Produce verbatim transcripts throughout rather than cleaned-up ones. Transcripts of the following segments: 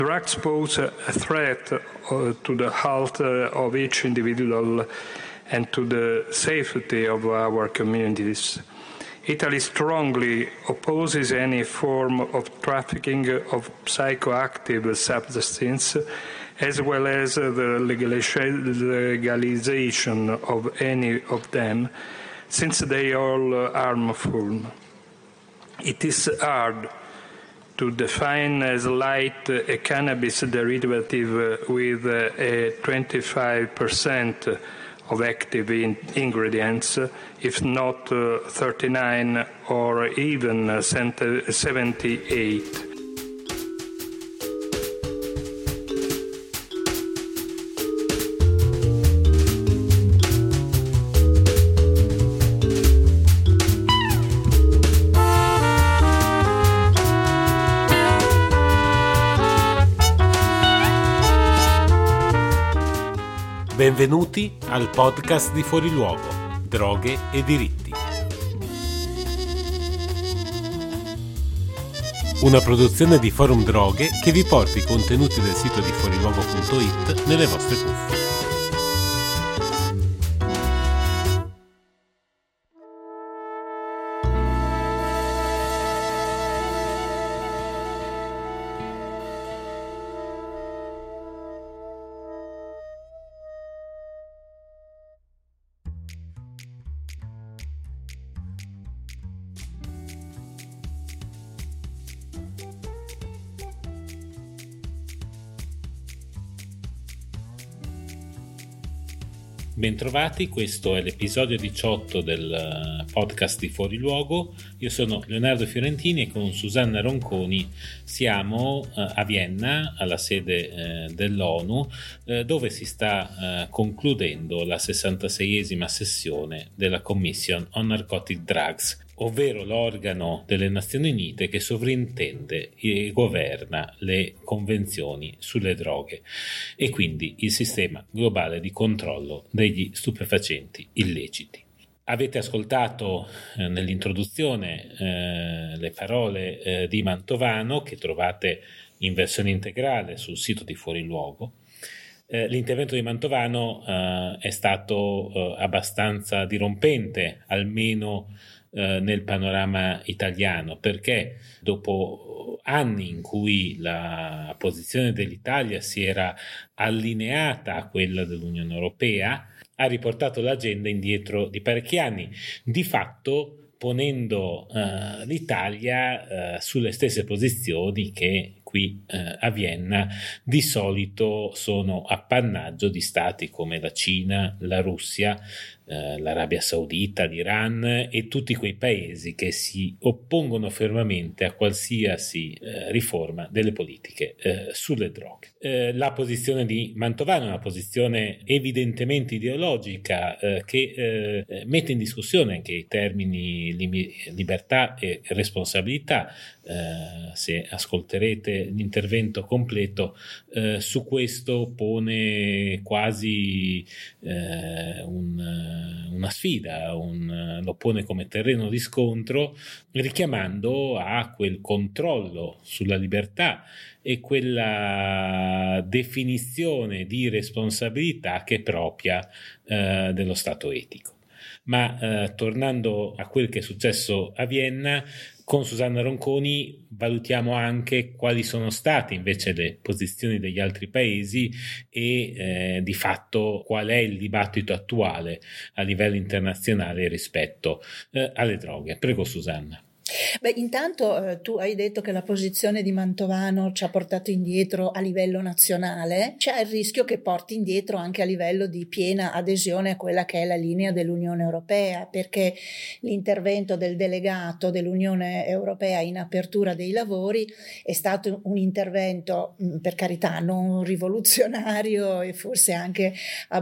Drugs pose a threat uh, to the health uh, of each individual and to the safety of our communities. Italy strongly opposes any form of trafficking of psychoactive substances, as well as the legalization of any of them, since they are all harmful. It is hard to define as light a cannabis derivative with a twenty-five percent of active in ingredients, if not uh, thirty-nine or even seventy-eight. Benvenuti al podcast di Fuori Luogo, Droghe e Diritti. Una produzione di Forum Droghe che vi porta i contenuti del sito di fuoriluogo punto it nelle vostre cuffie. Bentrovati, questo è l'episodio diciotto del podcast di Fuori Luogo. Io sono Leonardo Fiorentini e con Susanna Ronconi siamo a Vienna, alla sede dell'ONU, dove si sta concludendo la sessantaseiesima sessione della Commission on Narcotic Drugs, ovvero l'organo delle Nazioni Unite che sovrintende e governa le convenzioni sulle droghe e quindi il sistema globale di controllo degli stupefacenti illeciti. Avete ascoltato eh, nell'introduzione eh, le parole eh, di Mantovano, che trovate in versione integrale sul sito di Fuori Luogo. Eh, l'intervento di Mantovano eh, è stato eh, abbastanza dirompente, almeno nel panorama italiano, perché dopo anni in cui la posizione dell'Italia si era allineata a quella dell'Unione Europea, ha riportato l'agenda indietro di parecchi anni, di fatto ponendo uh, l'Italia uh, sulle stesse posizioni che qui uh, a Vienna di solito sono appannaggio di stati come la Cina, la Russia, l'Arabia Saudita, l'Iran e tutti quei paesi che si oppongono fermamente a qualsiasi eh, riforma delle politiche eh, sulle droghe. Eh, la posizione di Mantovano è una posizione evidentemente ideologica eh, che eh, mette in discussione anche i termini li- libertà e responsabilità. Eh, se ascolterete l'intervento completo eh, su questo pone quasi eh, un una sfida, un, lo pone come terreno di scontro, richiamando a quel controllo sulla libertà e quella definizione di responsabilità che è propria eh, dello Stato etico. Ma eh, tornando a quel che è successo a Vienna, con Susanna Ronconi valutiamo anche quali sono state invece le posizioni degli altri paesi e eh, di fatto qual è il dibattito attuale a livello internazionale rispetto eh, alle droghe. Prego Susanna. Beh, intanto eh, tu hai detto che la posizione di Mantovano ci ha portato indietro a livello nazionale. C'è il rischio che porti indietro anche a livello di piena adesione a quella che è la linea dell'Unione Europea, perché l'intervento del delegato dell'Unione Europea in apertura dei lavori è stato un intervento, mh, per carità, non rivoluzionario e forse anche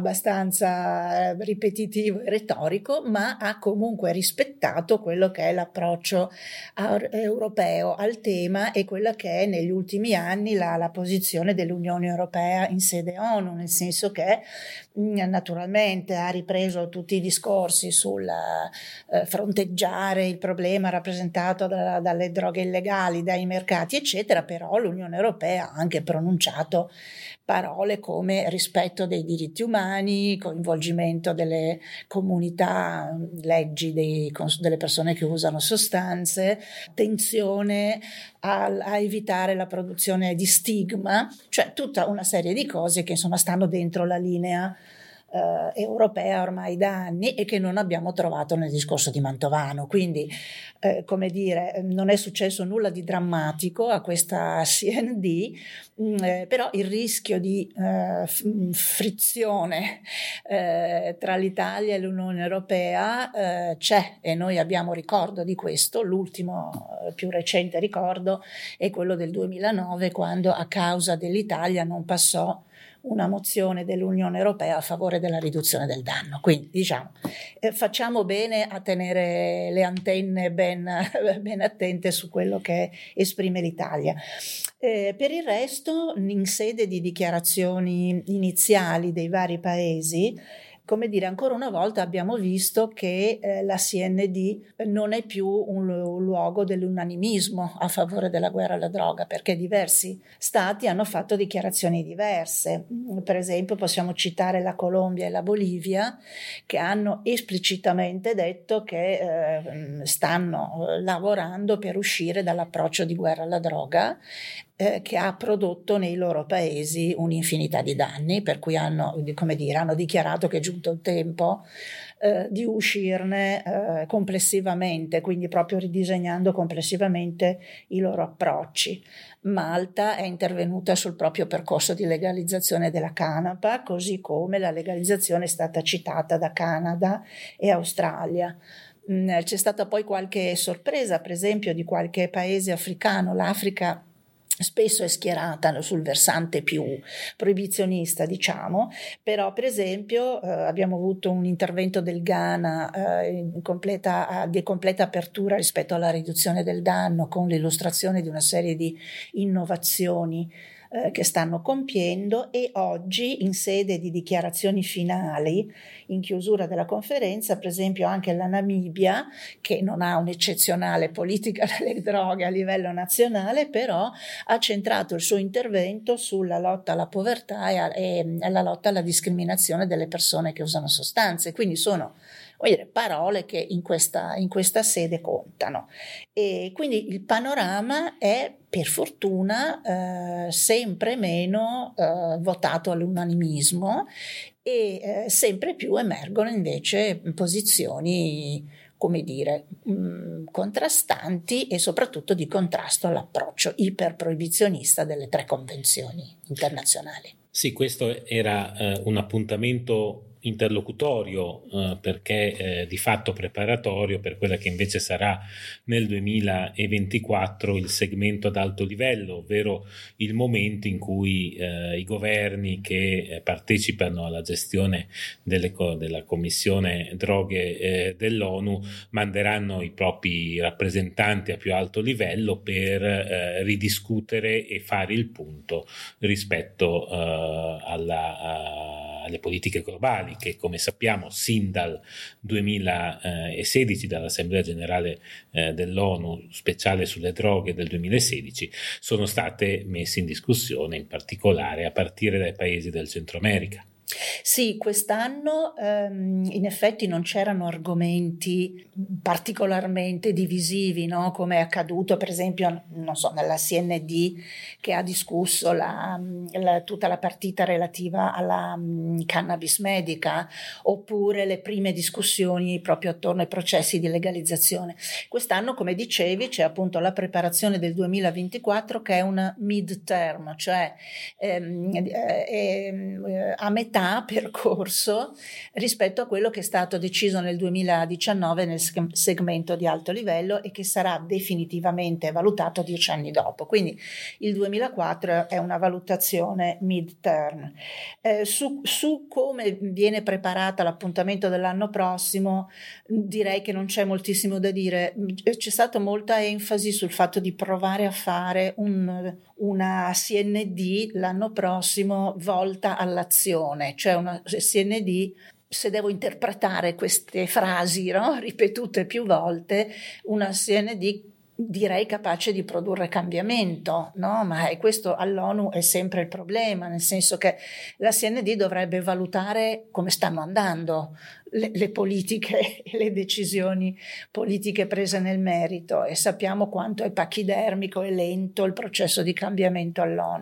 abbastanza eh, ripetitivo e retorico, ma ha comunque rispettato quello che è l'approccio europeo al tema e quella che è negli ultimi anni la, la posizione dell'Unione Europea in sede ONU, nel senso che naturalmente ha ripreso tutti i discorsi sul eh, fronteggiare il problema rappresentato da, dalle droghe illegali, dai mercati eccetera, però l'Unione Europea ha anche pronunciato parole come rispetto dei diritti umani, coinvolgimento delle comunità, leggi dei, delle persone che usano sostanze, attenzione a, a evitare la produzione di stigma, cioè tutta una serie di cose che insomma stanno dentro la linea Uh, europea ormai da anni e che non abbiamo trovato nel discorso di Mantovano. Quindi eh, come dire, non è successo nulla di drammatico a questa C N D, mh, eh, però il rischio di eh, f- frizione eh, tra l'Italia e l'Unione Europea eh, c'è, e noi abbiamo ricordo di questo. L'ultimo eh, più recente ricordo è quello del duemilanove, quando a causa dell'Italia non passò una mozione dell'Unione Europea a favore della riduzione del danno. Quindi diciamo eh, facciamo bene a tenere le antenne ben, ben attente su quello che esprime l'Italia. Eh, per il resto, in sede di dichiarazioni iniziali dei vari paesi, come dire, ancora una volta abbiamo visto che eh, la C N D non è più un, un luogo dell'unanimismo a favore della guerra alla droga, perché diversi stati hanno fatto dichiarazioni diverse. Per esempio possiamo citare la Colombia e la Bolivia, che hanno esplicitamente detto che eh, stanno lavorando per uscire dall'approccio di guerra alla droga, Eh, che ha prodotto nei loro paesi un'infinità di danni, per cui hanno, come dire, hanno dichiarato che è giunto il tempo eh, di uscirne eh, complessivamente, quindi proprio ridisegnando complessivamente i loro approcci. Malta è intervenuta sul proprio percorso di legalizzazione della canapa, così come la legalizzazione è stata citata da Canada e Australia. Mm, c'è stata poi qualche sorpresa, per esempio, di qualche paese africano. L'Africa spesso è schierata sul versante più proibizionista, diciamo, però per esempio eh, abbiamo avuto un intervento del Ghana eh, in completa, di completa apertura rispetto alla riduzione del danno, con l'illustrazione di una serie di innovazioni eh, che stanno compiendo, e oggi in sede di dichiarazioni finali in chiusura della conferenza, per esempio anche la Namibia, che non ha un'eccezionale politica delle droghe a livello nazionale, però ha centrato il suo intervento sulla lotta alla povertà e, a, e alla lotta alla discriminazione delle persone che usano sostanze. Quindi sono, voglio dire, parole che in questa, in questa sede contano. E quindi il panorama è, per fortuna, eh, sempre meno eh, votato all'unanimismo, e eh, sempre più emergono invece posizioni, come dire, mh, contrastanti e soprattutto di contrasto all'approccio iperproibizionista delle tre convenzioni internazionali. Sì, questo era eh, un appuntamento interlocutorio eh, perché eh, di fatto preparatorio per quella che invece sarà nel duemilaventiquattro il segmento ad alto livello, ovvero il momento in cui eh, i governi che eh, partecipano alla gestione delle, della Commissione Droghe eh, dell'ONU manderanno i propri rappresentanti a più alto livello per eh, ridiscutere e fare il punto rispetto eh, alla, a, alle politiche globali, che come sappiamo sin dal duemilasedici, dall'Assemblea Generale eh, dell'ONU speciale sulle droghe del duemilasedici, sono state messe in discussione, in particolare a partire dai paesi del Centro America. Sì, quest'anno ehm, in effetti non c'erano argomenti particolarmente divisivi, no? Come è accaduto per esempio, non so, nella C N D, che ha discusso la, la, tutta la partita relativa alla um, cannabis medica, oppure le prime discussioni proprio attorno ai processi di legalizzazione. Quest'anno, come dicevi, c'è appunto la preparazione del duemilaventiquattro, che è una mid-term, cioè ehm, eh, eh, a metà metà percorso rispetto a quello che è stato deciso nel duemiladiciannove nel segmento di alto livello e che sarà definitivamente valutato dieci anni dopo. Quindi il duemilaquattro è una valutazione mid-term. Eh, su, su come viene preparata l'appuntamento dell'anno prossimo direi che non c'è moltissimo da dire. C'è stata molta enfasi sul fatto di provare a fare un, una C N D l'anno prossimo volta all'azione, cioè una C N D, se devo interpretare queste frasi, no, ripetute più volte, una C N D direi capace di produrre cambiamento, no? Ma questo all'ONU è sempre il problema, nel senso che la C N D dovrebbe valutare come stanno andando le, le politiche e le decisioni politiche prese nel merito, e sappiamo quanto è pachidermico e lento il processo di cambiamento all'ONU.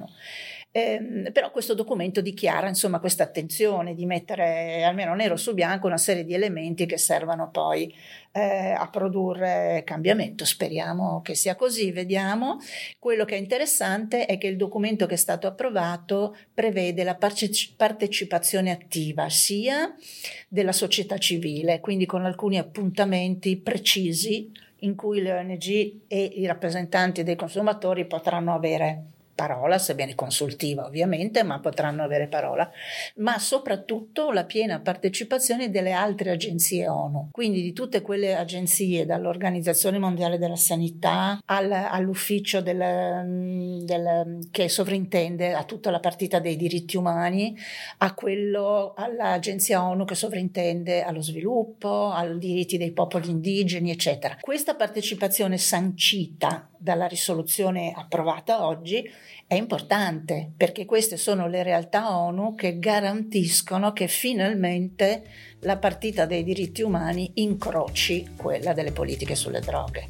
Eh, però questo documento dichiara insomma questa attenzione di mettere almeno nero su bianco una serie di elementi che servano poi eh, a produrre cambiamento. Speriamo che sia così, vediamo. Quello che è interessante è che il documento che è stato approvato prevede la partecipazione attiva sia della società civile, quindi con alcuni appuntamenti precisi in cui le O N G e i rappresentanti dei consumatori potranno avere parola, sebbene consultiva ovviamente, ma potranno avere parola, ma soprattutto la piena partecipazione delle altre agenzie ONU, quindi di tutte quelle agenzie, dall'Organizzazione Mondiale della Sanità al, all'ufficio del, del, che sovrintende a tutta la partita dei diritti umani, a quello all'agenzia ONU che sovrintende allo sviluppo, ai diritti dei popoli indigeni, eccetera. Questa partecipazione sancita dalla risoluzione approvata oggi è importante, perché queste sono le realtà ONU che garantiscono che finalmente la partita dei diritti umani incroci quella delle politiche sulle droghe.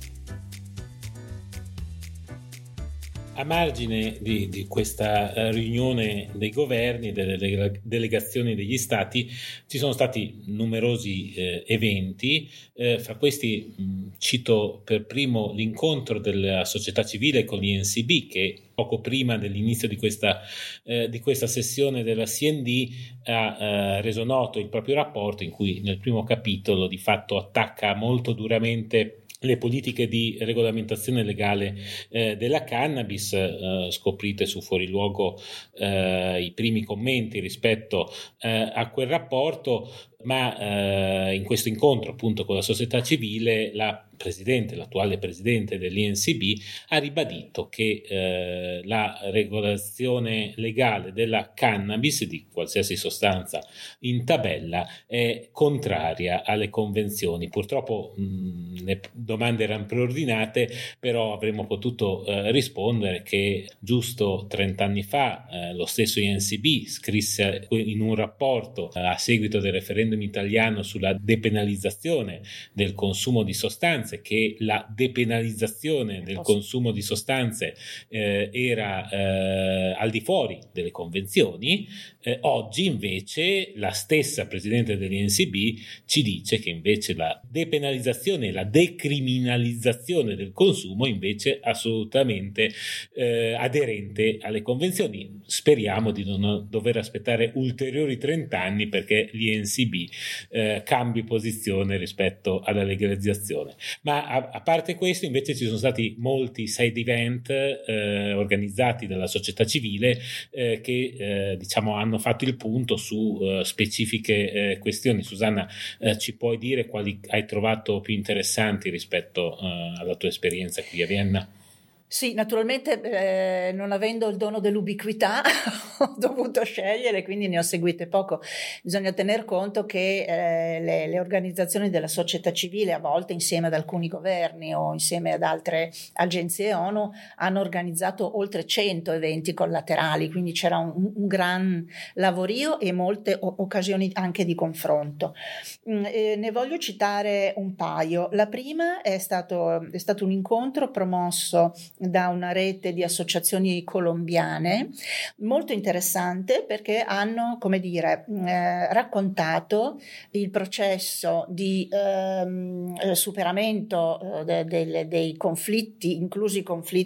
A margine di, di questa riunione dei governi, delle delegazioni degli stati, ci sono stati numerosi eh, eventi. Eh, fra questi mh, cito per primo l'incontro della società civile con l'I N C B, che poco prima dell'inizio di questa, eh, di questa sessione della C N D ha eh, reso noto il proprio rapporto, in cui nel primo capitolo di fatto attacca molto duramente le politiche di regolamentazione legale eh, della cannabis. Eh, scoprite su Fuori Luogo eh, i primi commenti rispetto eh, a quel rapporto, ma eh, in questo incontro appunto con la società civile la presidente, l'attuale presidente dell'I N C B ha ribadito che eh, la regolazione legale della cannabis, di qualsiasi sostanza in tabella, è contraria alle convenzioni. Purtroppo mh, le domande erano preordinate, però avremmo potuto eh, rispondere che giusto trent'anni fa eh, lo stesso I N C B scrisse in un rapporto eh, a seguito del referendum italiano sulla depenalizzazione del consumo di sostanze, che la depenalizzazione del consumo di sostanze eh, era eh, al di fuori delle convenzioni. Eh, oggi invece la stessa presidente dell'I N C B ci dice che invece la depenalizzazione e la decriminalizzazione del consumo invece è assolutamente eh, aderente alle convenzioni. Speriamo di non dover aspettare ulteriori trent'anni perché l'I N C B eh, cambi posizione rispetto alla legalizzazione. Ma a, a parte questo invece ci sono stati molti side event eh, organizzati dalla società civile eh, che eh, diciamo hanno fatto il punto su eh, specifiche eh, questioni. Susanna, eh, ci puoi dire quali hai trovato più interessanti rispetto eh, alla tua esperienza qui a Vienna? Sì, naturalmente eh, non avendo il dono dell'ubiquità ho dovuto scegliere, quindi ne ho seguite poco. Bisogna tener conto che eh, le, le organizzazioni della società civile, a volte insieme ad alcuni governi o insieme ad altre agenzie ONU, hanno organizzato oltre cento eventi collaterali, quindi c'era un, un gran lavorio e molte o- occasioni anche di confronto. Mm, eh, ne voglio citare un paio. La prima è stato, è stato un incontro promosso da una rete di associazioni colombiane molto interessante, perché hanno, come dire, eh, raccontato il processo di ehm, superamento eh, de, de, dei conflitti, inclusi i conflitti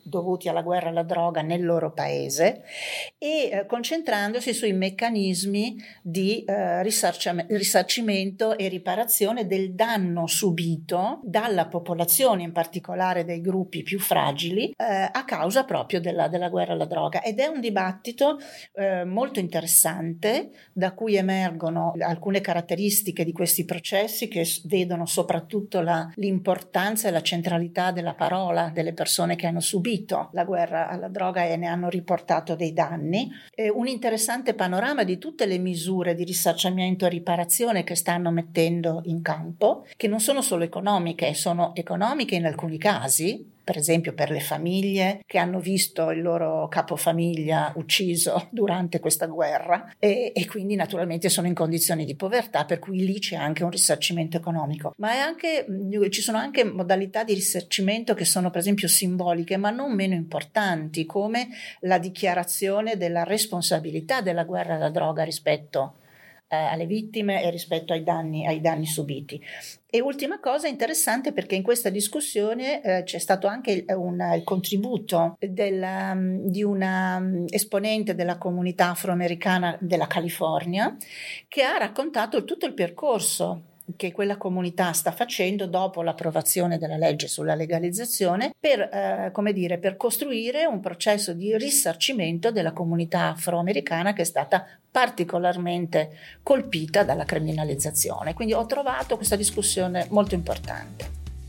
dovuti alla guerra alla droga nel loro paese e eh, concentrandosi sui meccanismi di eh, risarcimento e riparazione del danno subito dalla popolazione, in particolare dei gruppi più fragili, eh, a causa proprio della, della guerra alla droga. Ed è un dibattito eh, molto interessante, da cui emergono alcune caratteristiche di questi processi che vedono soprattutto la, l'importanza e la centralità della parola delle persone che hanno subito la guerra alla droga e ne hanno riportato dei danni. Eh, un interessante panorama di tutte le misure di risarcimento e riparazione che stanno mettendo in campo, che non sono solo economiche, sono economiche in alcuni casi, per esempio per le famiglie che hanno visto il loro capofamiglia ucciso durante questa guerra e, e quindi naturalmente sono in condizioni di povertà, per cui lì c'è anche un risarcimento economico. Ma è anche, ci sono anche modalità di risarcimento che sono per esempio simboliche ma non meno importanti, come la dichiarazione della responsabilità della guerra alla droga rispetto eh, alle vittime e rispetto ai danni, ai danni subiti. E ultima cosa interessante, perché in questa discussione eh, c'è stato anche un, il contributo della, di una um, esponente della comunità afroamericana della California, che ha raccontato tutto il percorso che quella comunità sta facendo dopo l'approvazione della legge sulla legalizzazione per, eh, come dire, per costruire un processo di risarcimento della comunità afroamericana che è stata particolarmente colpita dalla criminalizzazione. Quindi ho trovato questa discussione molto importante.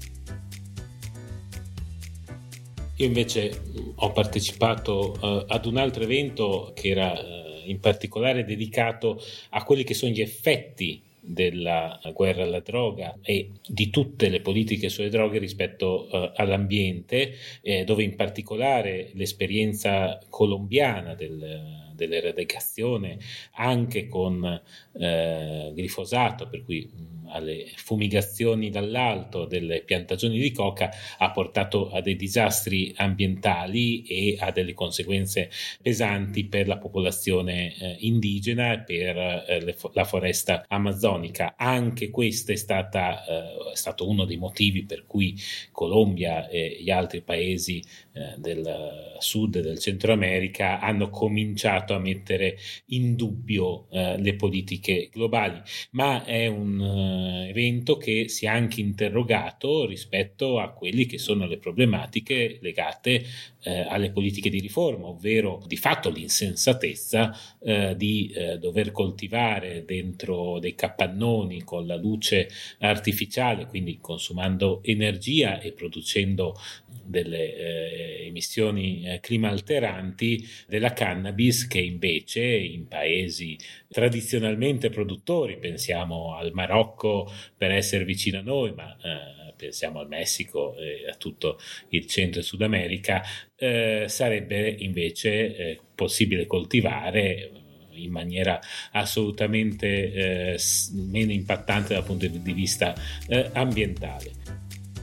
Io invece ho partecipato uh, ad un altro evento che era uh, in particolare dedicato a quelli che sono gli effetti della guerra alla droga e di tutte le politiche sulle droghe rispetto uh, all'ambiente, eh, dove in particolare l'esperienza colombiana del dell'eradicazione anche con eh, glifosato, per cui mh, alle fumigazioni dall'alto delle piantagioni di coca, ha portato a dei disastri ambientali e a delle conseguenze pesanti per la popolazione eh, indigena e per eh, le, la foresta amazzonica. Anche questo è stata, eh, è stato uno dei motivi per cui Colombia e gli altri paesi eh, del sud e del Centro America hanno cominciato a mettere in dubbio eh, le politiche globali, ma è un uh, evento che si è anche interrogato rispetto a quelli che sono le problematiche legate eh, alle politiche di riforma, ovvero di fatto l'insensatezza eh, di eh, dover coltivare dentro dei capannoni con la luce artificiale, quindi consumando energia e producendo delle eh, emissioni eh, climalteranti della cannabis, che invece in paesi tradizionalmente produttori, pensiamo al Marocco per essere vicino a noi, ma eh, pensiamo al Messico e a tutto il Centro e Sud America, eh, sarebbe invece eh, possibile coltivare in maniera assolutamente eh, meno impattante dal punto di vista eh, ambientale.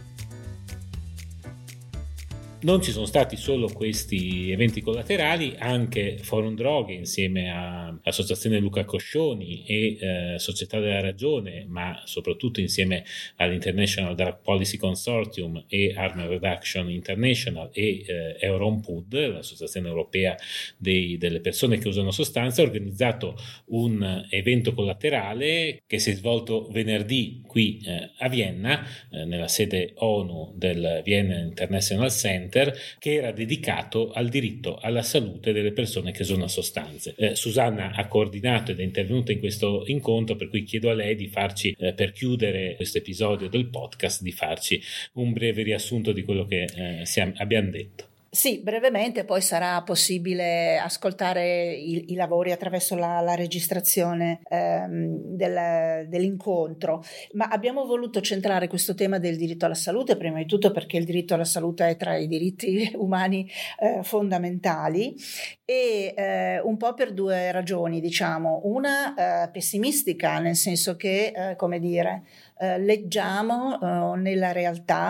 Non ci sono stati solo questi eventi collaterali, anche Forum Droghe insieme all'Associazione Luca Coscioni e eh, Società della Ragione, ma soprattutto insieme all'International Drug Policy Consortium e Harm Reduction International e eh, Eurompud, l'associazione europea dei, delle persone che usano sostanze, ha organizzato un evento collaterale che si è svolto venerdì qui eh, a Vienna, eh, nella sede ONU del Vienna International Center, che era dedicato al diritto alla salute delle persone che usano sostanze. Eh, Susanna ha coordinato ed è intervenuta in questo incontro, per cui chiedo a lei di farci, eh, per chiudere questo episodio del podcast, di farci un breve riassunto di quello che eh, siamo, abbiamo detto. Sì, brevemente, poi sarà possibile ascoltare i, i lavori attraverso la, la registrazione ehm, del, dell'incontro, ma abbiamo voluto centrare questo tema del diritto alla salute, prima di tutto perché il diritto alla salute è tra i diritti umani eh, fondamentali e eh, un po' per due ragioni, diciamo, una eh, pessimistica, nel senso che, eh, come dire, eh, leggiamo eh, nella realtà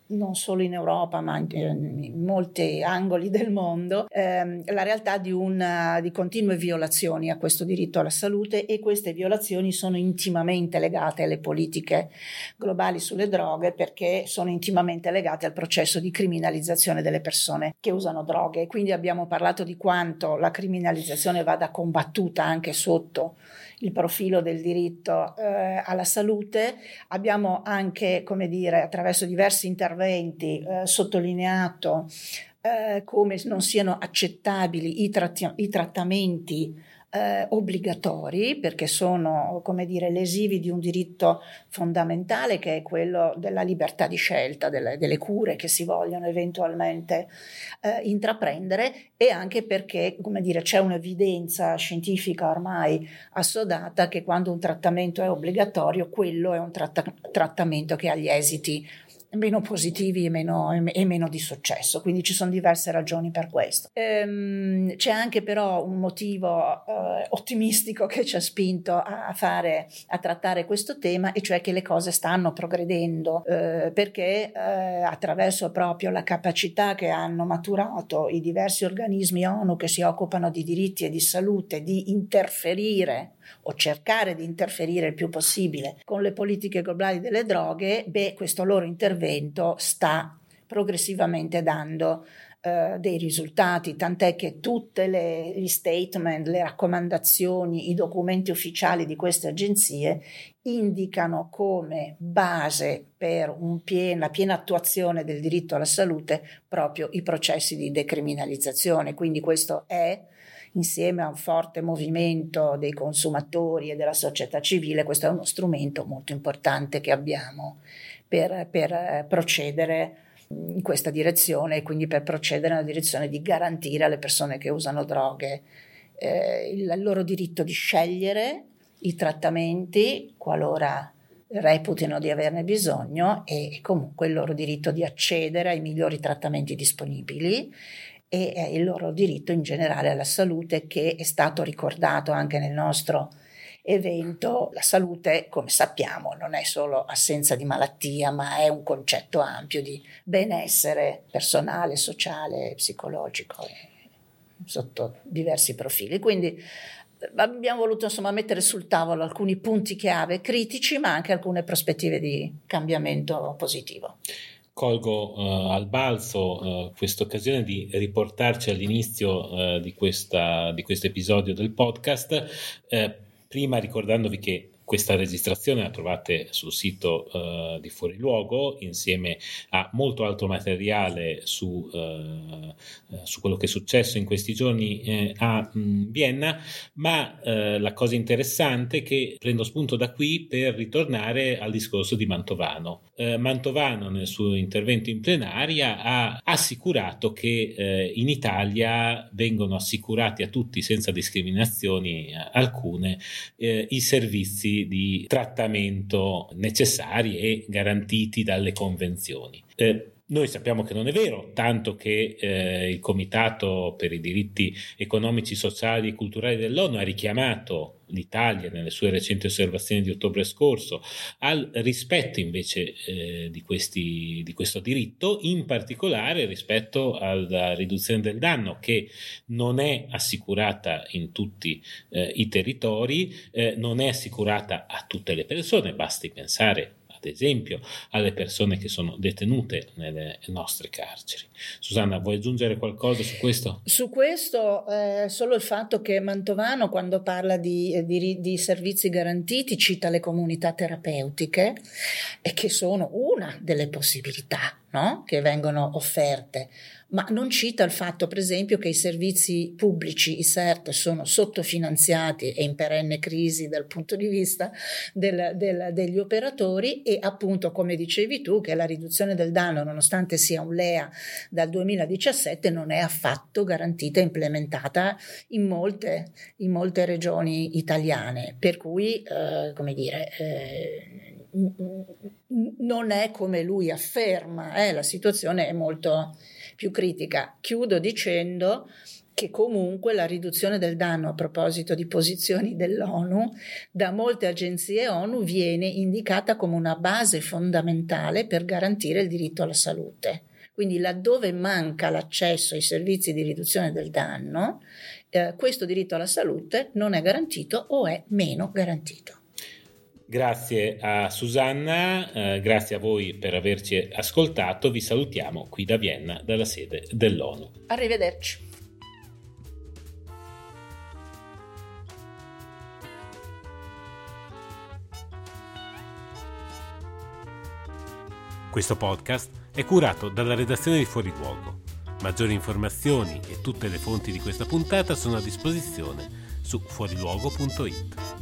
non solo in Europa ma in molti angoli del mondo, ehm, la realtà di, una, di continue violazioni a questo diritto alla salute, e queste violazioni sono intimamente legate alle politiche globali sulle droghe, perché sono intimamente legate al processo di criminalizzazione delle persone che usano droghe. Quindi abbiamo parlato di quanto la criminalizzazione vada combattuta anche sotto il profilo del diritto eh, alla salute. Abbiamo anche, come dire, attraverso diversi interventi eh, sottolineato eh, come non siano accettabili i, tratti- i trattamenti Eh, obbligatori, perché sono, come dire, lesivi di un diritto fondamentale che è quello della libertà di scelta delle, delle cure che si vogliono eventualmente eh, intraprendere, e anche perché, come dire, c'è un'evidenza scientifica ormai assodata che quando un trattamento è obbligatorio, quello è un tratta- trattamento che ha gli esiti meno positivi e meno, e meno di successo, quindi ci sono diverse ragioni per questo. Ehm, c'è anche però un motivo eh, ottimistico che ci ha spinto a, a fare, a trattare questo tema, e cioè che le cose stanno progredendo, eh, perché eh, attraverso proprio la capacità che hanno maturato i diversi organismi ONU che si occupano di diritti e di salute di interferire o cercare di interferire il più possibile con le politiche globali delle droghe, beh, questo loro intervento sta progressivamente dando eh, dei risultati, tant'è che tutti gli statement, le raccomandazioni, i documenti ufficiali di queste agenzie indicano come base per un piena, la piena attuazione del diritto alla salute proprio i processi di decriminalizzazione. Quindi questo è, insieme a un forte movimento dei consumatori e della società civile, questo è uno strumento molto importante che abbiamo per, per procedere in questa direzione, e quindi per procedere nella direzione di garantire alle persone che usano droghe eh, il, il loro diritto di scegliere i trattamenti qualora reputino di averne bisogno, e comunque il loro diritto di accedere ai migliori trattamenti disponibili, e è il loro diritto in generale alla salute, che è stato ricordato anche nel nostro evento. La salute, come sappiamo, non è solo assenza di malattia, ma è un concetto ampio di benessere personale, sociale, psicologico, sotto diversi profili. Quindi abbiamo voluto insomma mettere sul tavolo alcuni punti chiave critici, ma anche alcune prospettive di cambiamento positivo. Colgo uh, al balzo uh, questa occasione di riportarci all'inizio uh, di questa di questo episodio del podcast, uh, prima ricordandovi che questa registrazione la trovate sul sito uh, di Fuori Luogo, insieme a molto altro materiale su, uh, su quello che è successo in questi giorni eh, a mh, Vienna, ma uh, la cosa interessante è che prendo spunto da qui per ritornare al discorso di Mantovano. Uh, Mantovano nel suo intervento in plenaria ha assicurato che uh, in Italia vengono assicurati a tutti senza discriminazioni uh, alcune uh, i servizi di trattamento necessari e garantiti dalle convenzioni. Eh, noi sappiamo che non è vero, tanto che eh, il Comitato per i diritti economici, sociali e culturali dell'ONU ha richiamato l'Italia nelle sue recenti osservazioni di ottobre scorso al rispetto invece eh, di, questi, di questo diritto, in particolare rispetto alla riduzione del danno, che non è assicurata in tutti eh, i territori, eh, non è assicurata a tutte le persone. Basti pensare ad esempio alle persone che sono detenute nelle nostre carceri. Susanna, vuoi aggiungere qualcosa su questo? Su questo eh, solo il fatto che Mantovano, quando parla di, di, di servizi garantiti, cita le comunità terapeutiche, e che sono una delle possibilità, no? Che vengono offerte, ma non cita il fatto, per esempio, che i servizi pubblici, i S E R T, sono sottofinanziati e in perenne crisi dal punto di vista del, del, degli operatori, e appunto, come dicevi tu, che la riduzione del danno, nonostante sia un L E A dal duemiladiciassette, non è affatto garantita e implementata in molte, in molte regioni italiane, per cui eh, come dire eh, non è come lui afferma, eh, la situazione è molto più critica. Chiudo dicendo che comunque la riduzione del danno, a proposito di posizioni dell'ONU, da molte agenzie ONU viene indicata come una base fondamentale per garantire il diritto alla salute. Quindi laddove manca l'accesso ai servizi di riduzione del danno, eh, questo diritto alla salute non è garantito o è meno garantito. Grazie a Susanna, eh, grazie a voi per averci ascoltato, vi salutiamo qui da Vienna, dalla sede dell'ONU. Arrivederci. Questo podcast è curato dalla redazione di Fuori Luogo. Maggiori informazioni e tutte le fonti di questa puntata sono a disposizione su fuoriluogo punto it.